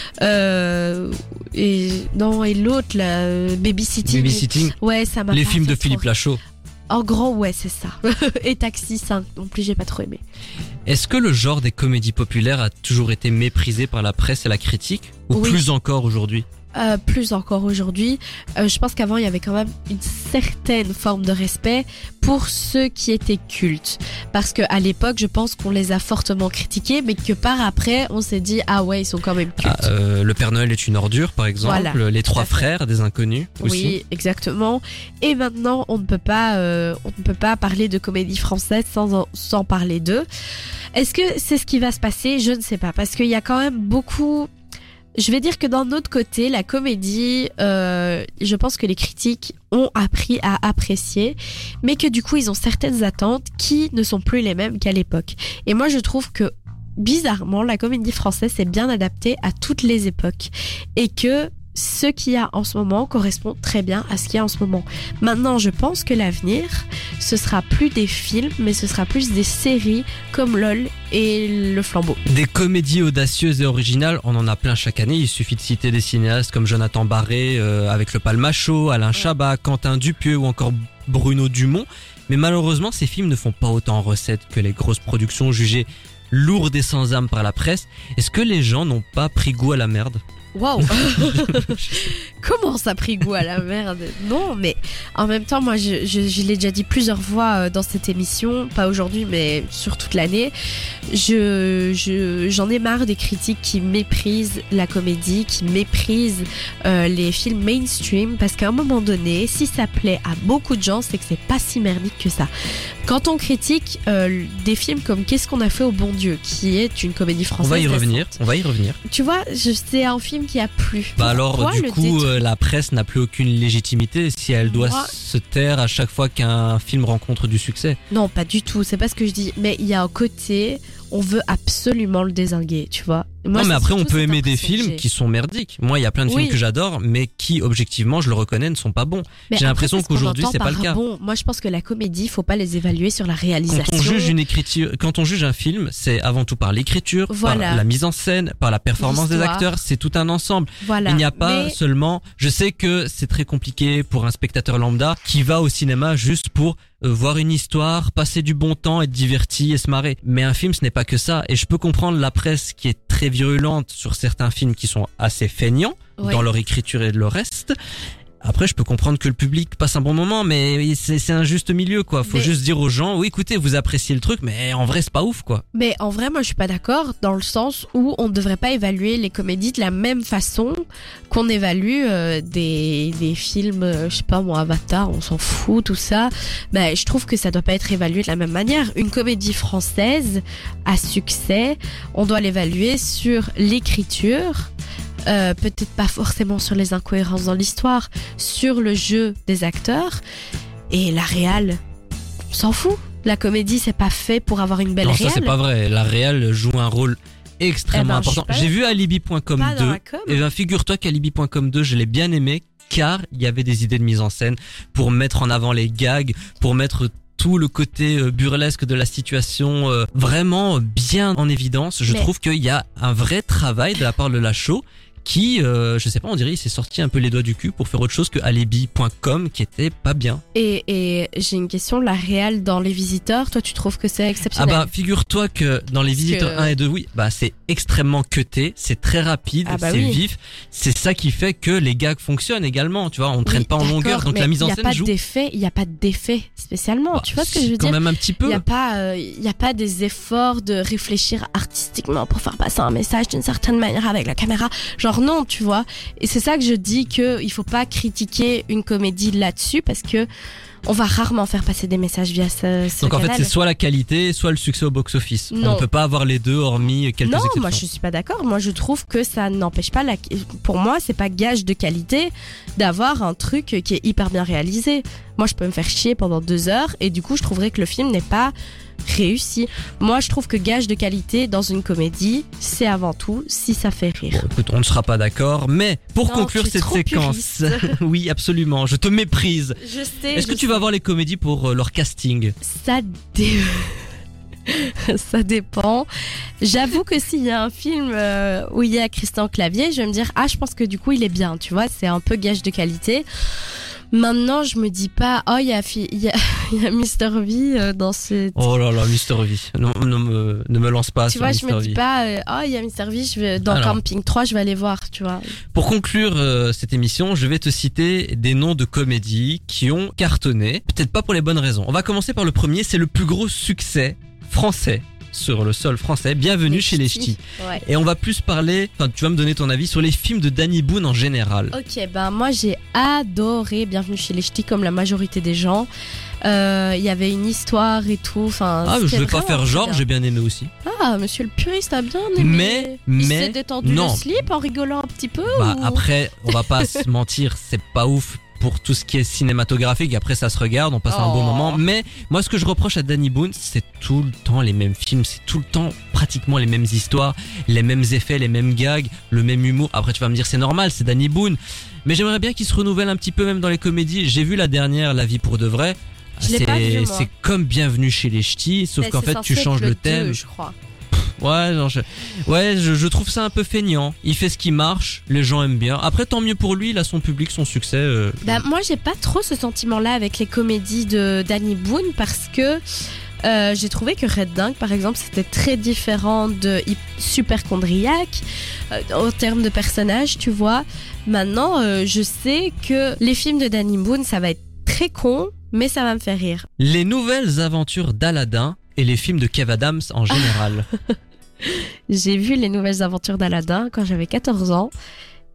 Euh, et, non, et l'autre, là, Babysitting. Babysitting. Ouais, ça m'a Les pas films fait de trop Philippe rire. Lachaud. En gros, ouais, c'est ça. Et Taxi cinq, non plus, j'ai pas trop aimé. Est-ce que le genre des comédies populaires a toujours été méprisé par la presse et la critique ? Ou Oui. plus encore aujourd'hui ? Euh, plus encore aujourd'hui. Euh, je pense qu'avant il y avait quand même une certaine forme de respect pour ceux qui étaient cultes, parce que à l'époque je pense qu'on les a fortement critiqués, mais que par après on s'est dit ah ouais ils sont quand même cultes. Ah, euh, Le Père Noël est une ordure, par exemple. Voilà, Les Trois tout à fait. Frères des Inconnus aussi. Oui, exactement. Et maintenant, on ne peut pas, euh, on ne peut pas parler de comédie française sans en- sans parler d'eux. Est-ce que c'est ce qui va se passer ? Je ne sais pas, parce qu'il y a quand même beaucoup. Je vais dire que d'un autre côté, la comédie, euh, je pense que les critiques ont appris à apprécier, mais que du coup, ils ont certaines attentes qui ne sont plus les mêmes qu'à l'époque. Et moi, je trouve que bizarrement, la comédie française est bien adaptée à toutes les époques, et que ce qu'il y a en ce moment correspond très bien à ce qu'il y a en ce moment. Maintenant, je pense que l'avenir, ce sera plus des films, mais ce sera plus des séries comme LOL et Le Flambeau. Des comédies audacieuses et originales, on en a plein chaque année. Il suffit de citer des cinéastes comme Jonathan Barré, euh, avec Le Palmacho, Alain Chabat, Quentin Dupieux ou encore Bruno Dumont. Mais malheureusement, ces films ne font pas autant en recettes que les grosses productions jugées lourdes et sans âme par la presse. Est-ce que les gens n'ont pas pris goût à la merde ? Waouh. Comment ça a pris goût à la merde ? Non, mais en même temps, moi, je, je, je l'ai déjà dit plusieurs fois euh, dans cette émission, pas aujourd'hui, mais sur toute l'année. Je, je, j'en ai marre des critiques qui méprisent la comédie, qui méprisent euh, les films mainstream, parce qu'à un moment donné, si ça plaît à beaucoup de gens, c'est que c'est pas si merdique que ça. Quand on critique euh, des films comme Qu'est-ce qu'on a fait au bon Dieu, qui est une comédie On française. va y récente. revenir, on va y revenir. Tu vois, je- c'est un film qui a plu. Bah alors, Pourquoi du le coup, détruire euh, la presse n'a plus aucune légitimité si elle doit Moi- se taire à chaque fois qu'un film rencontre du succès. Non, pas du tout, c'est pas ce que je dis. Mais il y a un côté, on veut absolument le dézinguer, tu vois. Moi, non, mais c'est après, on surtout peut cette aimer des impression que films j'ai. qui sont merdiques. Moi, il y a plein de Oui. films que j'adore, mais qui, objectivement, je le reconnais, ne sont pas bons. Mais J'ai après, l'impression qu'est-ce qu'on qu'aujourd'hui, entend c'est pas par le cas. Bon, moi, je pense que la comédie, faut pas les évaluer sur la Quand réalisation. on juge une écriture, quand on juge un film, c'est avant tout par l'écriture, Voilà. par la mise en scène, par la performance des L'histoire. acteurs. C'est tout un ensemble. Voilà. Il n'y a pas Mais- seulement. Je sais que c'est très compliqué pour un spectateur lambda qui va au cinéma juste pour euh, voir une histoire, passer du bon temps, être diverti et se marrer. Mais un film, ce n'est pas que ça. Et je peux comprendre la presse qui est très virulente sur certains films qui sont assez feignants Ouais. dans leur écriture et le reste. Après, je peux comprendre que le public passe un bon moment, mais c'est c'est un juste milieu, quoi. Faut Mais- juste dire aux gens, oui, écoutez, vous appréciez le truc, mais en vrai, c'est pas ouf, quoi. Mais en vrai, moi, je suis pas d'accord dans le sens où on ne devrait pas évaluer les comédies de la même façon qu'on évalue euh, des, des films, euh, je sais pas, moi, Avatar, on s'en fout, tout ça. Ben, je trouve que ça doit pas être évalué de la même manière. Une comédie française à succès, on doit l'évaluer sur l'écriture. Euh, peut-être pas forcément sur les incohérences dans l'histoire, sur le jeu des acteurs et la réal. On s'en fout. La comédie, c'est pas fait pour avoir une belle non, ça, réal. c'est pas vrai. La réal joue un rôle extrêmement Eh ben, je important. suis pas- J'ai vu alibi point com Pas dans deux. la com. Et ben, figure-toi qu'alibi point com deux, je l'ai bien aimé, car il y avait des idées de mise en scène pour mettre en avant les gags, pour mettre tout le côté euh, burlesque de la situation euh, vraiment bien en évidence. Je Mais- trouve qu'il y a un vrai travail de la part de la show qui, euh, je sais pas, on dirait il s'est sorti un peu les doigts du cul pour faire autre chose que alibi point com qui était pas bien. Et, et j'ai une question, la réal dans Les Visiteurs, toi tu trouves que c'est Ah exceptionnel? bah figure-toi que dans les Parce visiteurs que- un et deux, oui, bah c'est extrêmement cuté, c'est très rapide, Ah bah c'est oui. vif, c'est ça qui fait que les gags fonctionnent également, tu vois, on ne traîne Oui, pas en d'accord, longueur, donc mais la mise en y a scène pas joue. d'effet, il y a pas d'effet spécialement, Bah, tu vois ce que je si, veux quand dire? même un petit Il peu. n'y a pas, euh, il y a pas des efforts de réfléchir artistiquement pour faire passer un message d'une certaine manière avec la caméra. Genre non, tu vois. Et c'est ça que je dis que il faut pas critiquer une comédie là-dessus parce que on va rarement faire passer des messages via ce, ce Donc en fait, canal. c'est soit la qualité, soit le succès au box-office. On Non. ne peut pas avoir les deux, hormis quelques non, exceptions. moi je suis pas d'accord. Moi je trouve que ça n'empêche pas la. Pour moi, c'est pas gage de qualité d'avoir un truc qui est hyper bien réalisé. Moi, je peux me faire chier pendant deux heures et du coup, je trouverais que le film n'est pas réussi. Moi, je trouve que gage de qualité dans une comédie, c'est avant tout si ça fait rire. Bon, écoute, on ne sera pas d'accord, mais pour Non, conclure tu es cette trop séquence, puriste. oui, absolument, je te méprise. Je sais. Est-ce que je tu vas sais. voir les comédies pour euh, leur casting? Ça dé... ça dépend. J'avoue que s'il y a un film euh, où il y a Christian Clavier, je vais me dire ah je pense que du coup il est bien, tu vois, c'est un peu gage de qualité. Maintenant, je me dis pas oh il y a fi- il y a, il y a Mister V euh, dans ce Oh là là, Mister V. Non, non me, ne me lance pas tu sur vois, je Mister me V. dis pas euh, oh il y a Mister V, je vais dans Alors. Camping trois, je vais aller voir, tu vois. Pour conclure euh, cette émission, je vais te citer des noms de comédies qui ont cartonné, peut-être pas pour les bonnes raisons. On va commencer par le premier, c'est le plus gros succès français sur le sol français. Bienvenue Les chez les ch'tis. ch'tis. Ouais. Et on va plus parler, enfin tu vas me donner ton avis sur les films de Danny Boone en général. Ok, ben moi j'ai adoré Bienvenue chez les Ch'tis comme la majorité des gens. Euh, Il y avait une histoire et tout. Enfin, Ah, je c'était vais pas vraiment faire très genre, bien. j'ai bien aimé aussi. Ah, monsieur le puriste a bien aimé. Mais- Il mais- s'est détendu non. le slip en rigolant un petit peu. Bah ou- après, on va pas se mentir, c'est pas ouf pour tout ce qui est cinématographique. Après, ça se regarde, on passe un bon Oh. moment. Mais moi, ce que je reproche à Danny Boone, c'est tout le temps les mêmes films, c'est tout le temps pratiquement les mêmes histoires, les mêmes effets, les mêmes gags, le même humour. Après, tu vas me dire, c'est normal, c'est Danny Boone. Mais j'aimerais bien qu'il se renouvelle un petit peu même dans les comédies. J'ai vu la dernière, La vie pour de vrai. Je l'ai pas vu, C'est moi. c'est comme Bienvenue chez les Ch'tis, sauf Mais qu'en c'est fait, censé tu être changes le deux, thème. je crois. Ouais, genre, je, ouais, je, je trouve ça un peu feignant. Il fait ce qui marche, les gens aiment bien. Après, tant mieux pour lui, il a son public, son succès. euh, Bah, moi, j'ai pas trop ce sentiment-là avec les comédies de Danny Boone parce que euh, j'ai trouvé que Red Dingue, par exemple, c'était très différent de Hy- Superchondriac euh, en termes de personnages, tu vois. Maintenant, euh, je sais que les films de Danny Boone, ça va être très con, mais ça va me faire rire. Les nouvelles aventures d'Aladin et les films de Kev Adams en général. J'ai vu les nouvelles aventures d'Aladin quand j'avais quatorze ans.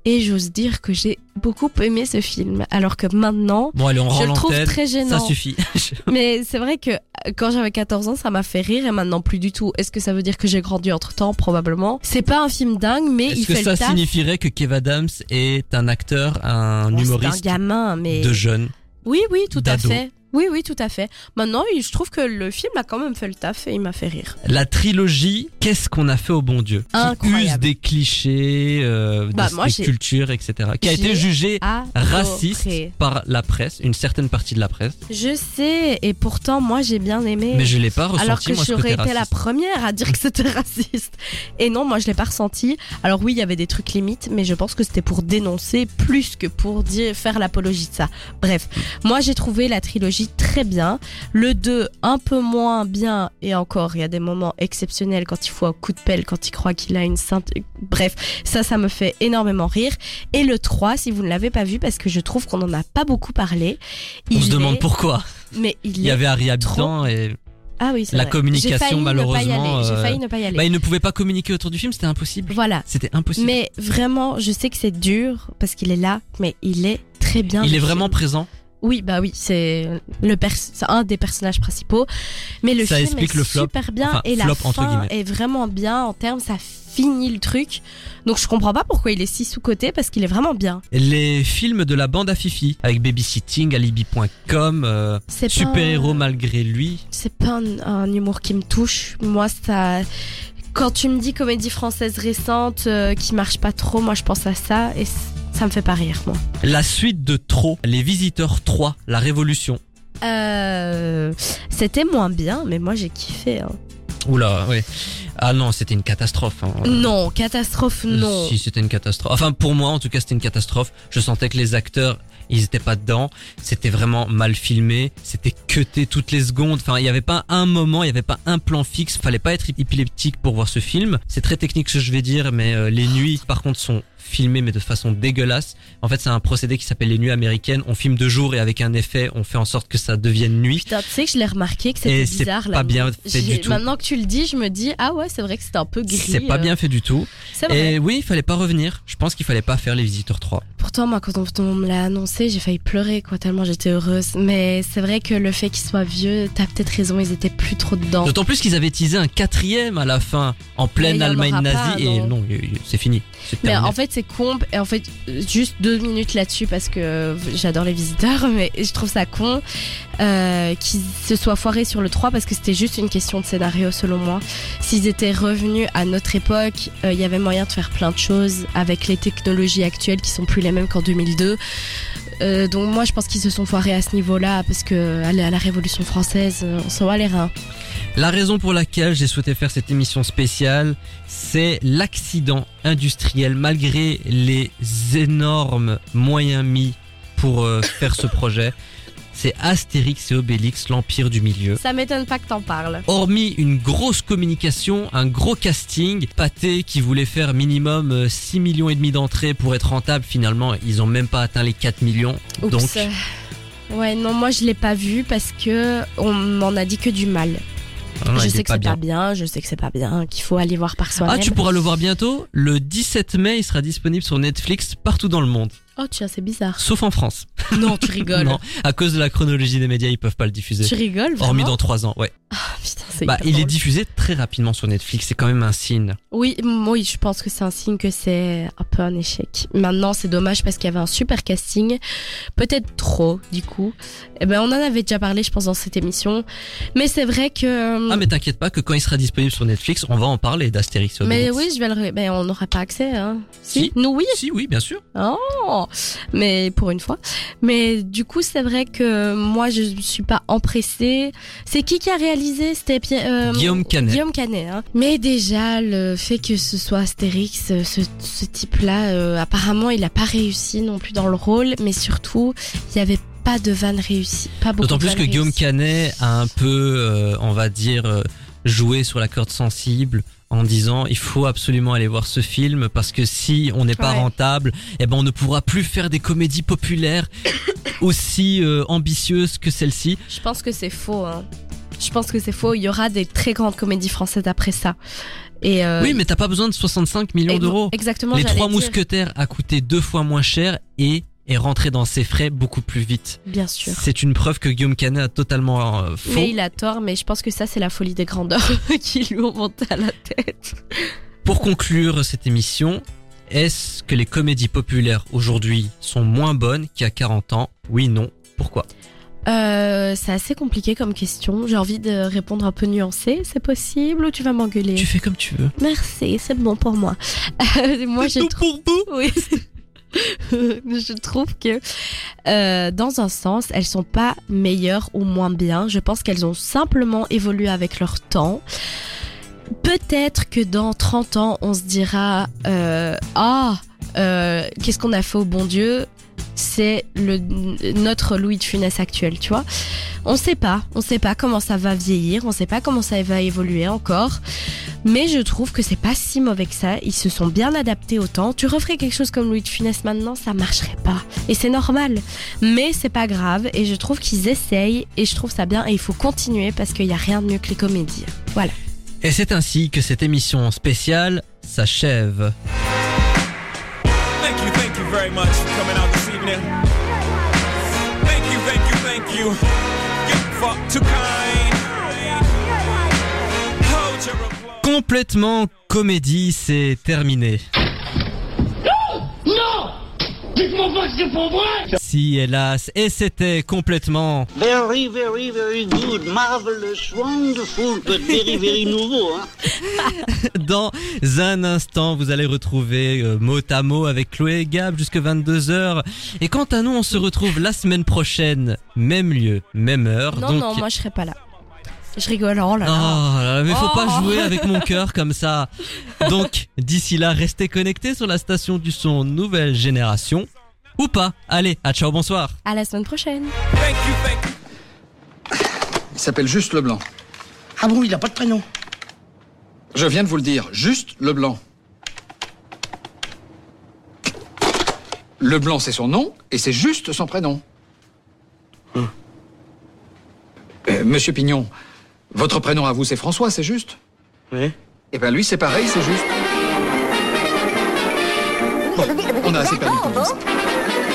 Et j'ose dire que j'ai beaucoup aimé ce film. Alors que maintenant, Bon, allez, on rend je le trouve l'antenne. très gênant. Ça suffit. Mais c'est vrai que quand j'avais quatorze ans, ça m'a fait rire et maintenant plus du tout. Est-ce que ça veut dire que j'ai grandi entre temps? Probablement. C'est pas un film dingue, mais Est-ce il que fait ça le taf. signifierait que Kev Adams est un acteur, un Bon, c'est humoriste un gamin, mais. de jeune? Oui, oui, tout à d'ado. fait. Oui, oui, tout à fait. Maintenant, je trouve que le film a quand même fait le taf et il m'a fait rire. La trilogie, qu'est-ce qu'on a fait au bon Dieu? Qui Incroyable. use des clichés, euh, Bah, des, moi, des j'ai- cultures, et cetera. Qui a été j'ai jugé Adoré. raciste par la presse, une certaine partie de la presse. Je sais, et pourtant, moi, j'ai bien aimé. Mais je l'ai pas ressenti, Alors que moi, ce j'aurais côté été la raciste. première à dire que c'était raciste. Et non, moi je l'ai pas ressenti. Alors oui, il y avait des trucs limites, mais je pense que c'était pour dénoncer plus que pour dire, faire l'apologie de ça. Bref, moi j'ai trouvé la trilogie très bien. Le deux, un peu moins bien, et encore, il y a des moments exceptionnels quand il faut un coup de pelle, quand il croit qu'il a une sainte... Bref, ça, ça me fait énormément rire. Et le trois, si vous ne l'avez pas vu, parce que je trouve qu'on en a pas beaucoup parlé. On il se demande est- pourquoi. Mais il, Il y est... avait Harry trop- Habitant et Ah oui, c'est la vrai. communication, J'ai failli malheureusement, Ne pas y aller. J'ai euh, failli ne pas y aller. bah, il ne pouvait pas communiquer autour du film, c'était impossible. Voilà. C'était impossible. Mais vraiment, je sais que c'est dur parce qu'il est là, mais il est très bien. il le est vraiment film. présent. Oui, bah oui, c'est le pers- c'est un des personnages principaux. Mais le Ça film explique est le flop. super bien Enfin, et la flop, entre fin guillemets. est vraiment bien en termes, ça finit le truc. Donc je comprends pas pourquoi il est si sous-coté parce qu'il est vraiment bien. Les films de la bande à Fifi, avec Babysitting, Alibi point com, euh, C'est pas Super Héros un- malgré lui. C'est pas un, un humour qui me touche. Moi, ça. Quand tu me dis comédie française récente euh, qui marche pas trop, moi je pense à ça et c- ça me fait pas rire, moi. La suite de Trop, Les Visiteurs trois, La Révolution. Euh, c'était moins bien, mais moi j'ai kiffé. Hein. Oula, ouais. Ah non, c'était une catastrophe. hein. Non, catastrophe, non. Si, c'était une catastrophe. Enfin, pour moi, en tout cas, c'était une catastrophe. Je sentais que les acteurs, ils étaient pas dedans. C'était vraiment mal filmé. C'était cuté toutes les secondes. Enfin, il y avait pas un moment, il y avait pas un plan fixe. Fallait pas être épileptique pour voir ce film. C'est très technique ce que je vais dire, mais euh, les nuits, par contre, sont filmées mais de façon dégueulasse. En fait, c'est un procédé qui s'appelle les nuits américaines. On filme de jour et avec un effet, on fait en sorte que ça devienne nuit. Putain, tu sais que je l'ai remarqué que Et c'était c'est bizarre là. pas bien fait du tout. Maintenant que tu le dis, je me dis ah ouais, c'est vrai que c'était un peu gris. C'est pas euh, bien fait du tout. C'est vrai. Et oui, il fallait pas revenir. Je pense qu'il fallait pas faire Les Visiteurs trois. Pourtant, moi, quand on, on me l'a annoncé, j'ai failli pleurer, quoi, tellement j'étais heureuse. Mais c'est vrai que le fait qu'ils soient vieux, t'as peut-être raison, ils étaient plus trop dedans. D'autant plus qu'ils avaient teasé un quatrième à la fin, en pleine Mais il y en Allemagne aura nazie, pas, et non. non, y- y- c'est fini. C'est Mais terminé. en fait, c'est con. Et en fait, juste deux minutes là-dessus parce que j'adore les visiteurs, mais je trouve ça con euh, qu'ils se soient foirés sur le trois parce que c'était juste une question de scénario, selon moi. S'ils étaient revenus à notre époque, euh, il y avait moyen de faire plein de choses avec les technologies actuelles qui sont plus les mêmes qu'en deux mille deux. Euh, donc moi, je pense qu'ils se sont foirés à ce niveau-là parce que à la, à la Révolution française, euh, on s'en va les reins. La raison pour laquelle j'ai souhaité faire cette émission spéciale, c'est l'accident industriel. Malgré les énormes moyens mis pour euh, faire ce projet, c'est Astérix et Obélix, l'Empire du Milieu. Ça m'étonne pas que t'en parles. Hormis une grosse communication, un gros casting, Pathé qui voulait faire minimum euh, six millions et demi d'entrées pour être rentable, finalement ils ont même pas atteint les quatre millions. Oups. Donc Ouais, non, moi je l'ai pas vu parce que on m'en a dit que du mal. non, je il sais est que c'est pas bien, je sais que c'est pas bien, qu'il faut aller voir par soi-même. Ah, tu pourras le voir bientôt. Le dix-sept mai, il sera disponible sur Netflix partout dans le monde, Oh, tiens, c'est bizarre. sauf en France. Non, tu rigoles. Non, à cause de la chronologie des médias, ils peuvent pas le diffuser. Tu rigoles, vraiment? Hormis dans trois ans, ouais. Ah, putain, c'est Bah, hyper il est drôle. diffusé très rapidement sur Netflix, c'est quand même un signe. Oui, m- oui, je pense que c'est un signe que c'est un peu un échec. Maintenant, c'est dommage parce qu'il y avait un super casting. Peut-être trop, du coup. Eh ben, on en avait déjà parlé, je pense, dans cette émission. Mais c'est vrai que... Ah, mais t'inquiète pas que quand il sera disponible sur Netflix, on va en parler d'Astérix et Mais Obélix. oui, je vais le... ré- Mais on n'aura pas accès, hein. Si. Nous, oui. Si, oui, bien sûr. Oh, mais pour une fois. Mais du coup, c'est vrai que moi, je ne suis pas empressée. C'est qui qui a réalisé? C'était Pi- euh, Guillaume Canet. Guillaume Canet. Hein. Mais déjà, le fait que ce soit Astérix, ce, ce type-là, euh, apparemment, il n'a pas réussi non plus dans le rôle. Mais surtout, il n'y avait pas de vanne réussie. Pas beaucoup D'autant de plus vannes que Guillaume réussies. Canet a un peu, euh, on va dire, euh, joué sur la corde sensible en disant il faut absolument aller voir ce film parce que si on n'est pas Ouais. rentable, eh ben on ne pourra plus faire des comédies populaires aussi euh, ambitieuses que celle-ci. Je pense que c'est faux. Hein. Je pense que c'est faux. Il y aura des très grandes comédies françaises après ça. Et euh, Oui, mais t'as pas besoin de soixante-cinq millions et- d'euros. Exactement. Les j'allais Trois dire. Mousquetaires a coûté deux fois moins cher et est rentré dans ses frais beaucoup plus vite. Bien sûr. C'est une preuve que Guillaume Canet a totalement euh, faux. Mais il a tort, mais je pense que ça, c'est la folie des grandeurs qui lui ont monté à la tête. Pour conclure cette émission, est-ce que les comédies populaires aujourd'hui sont moins bonnes qu'il y a quarante ans? Oui, non. Pourquoi? Euh, c'est assez compliqué comme question. J'ai envie de répondre un peu nuancé. C'est possible ou tu vas m'engueuler? Tu fais comme tu veux. Merci, c'est bon pour moi. Euh, moi, je Tout trouve. pour vous. Oui. Je trouve que euh, dans un sens, elles sont pas meilleures ou moins bien. Je pense qu'elles ont simplement évolué avec leur temps. Peut-être que dans trente ans, on se dira euh, ah, euh, qu'est-ce qu'on a fait au bon Dieu? C'est le notre Louis de Funès actuel, tu vois. On sait pas, on sait pas comment ça va vieillir, on sait pas comment ça va évoluer encore. Mais je trouve que c'est pas si mauvais que ça. Ils se sont bien adaptés au temps. Tu referais quelque chose comme Louis de Funès maintenant, ça marcherait pas. Et c'est normal. Mais c'est pas grave. Et je trouve qu'ils essayent. Et je trouve ça bien. Et il faut continuer parce qu'il y a rien de mieux que les comédies. Voilà. Et c'est ainsi que cette émission spéciale s'achève. Thank you, thank you very much for coming out this evening. Thank you, thank you, thank you. You're far too kind. Hold your applause. Complètement comédie, c'est terminé. Non! Dites-moi pas que c'est pas vrai! Si, hélas, et c'était complètement... Very, very, very good, marvelous, wonderful, but very, very nouveau, hein. Dans un instant, vous allez retrouver euh, mot à mot avec Chloé et Gab jusque vingt-deux heures. Et quant à nous, on se retrouve la semaine prochaine, même lieu, même heure. Non, donc... non, moi je serai pas là. Je rigole, oh là là. Oh là là, mais faut Oh. pas jouer avec mon cœur comme ça. Donc, d'ici là, restez connectés sur la station du son Nouvelle Génération. Ou pas. Allez, à ciao, bonsoir. À la semaine prochaine. Thank you, thank you. Il s'appelle Juste Leblanc. Ah bon, il a pas de prénom. Je viens de vous le dire, Juste Leblanc. Leblanc, c'est son nom, et c'est juste son prénom. Hum. Euh, Monsieur Pignon, votre prénom à vous, c'est François, c'est juste? Oui. Eh ben lui, c'est pareil, c'est juste. Bon, on a assez perdu de temps pour ça.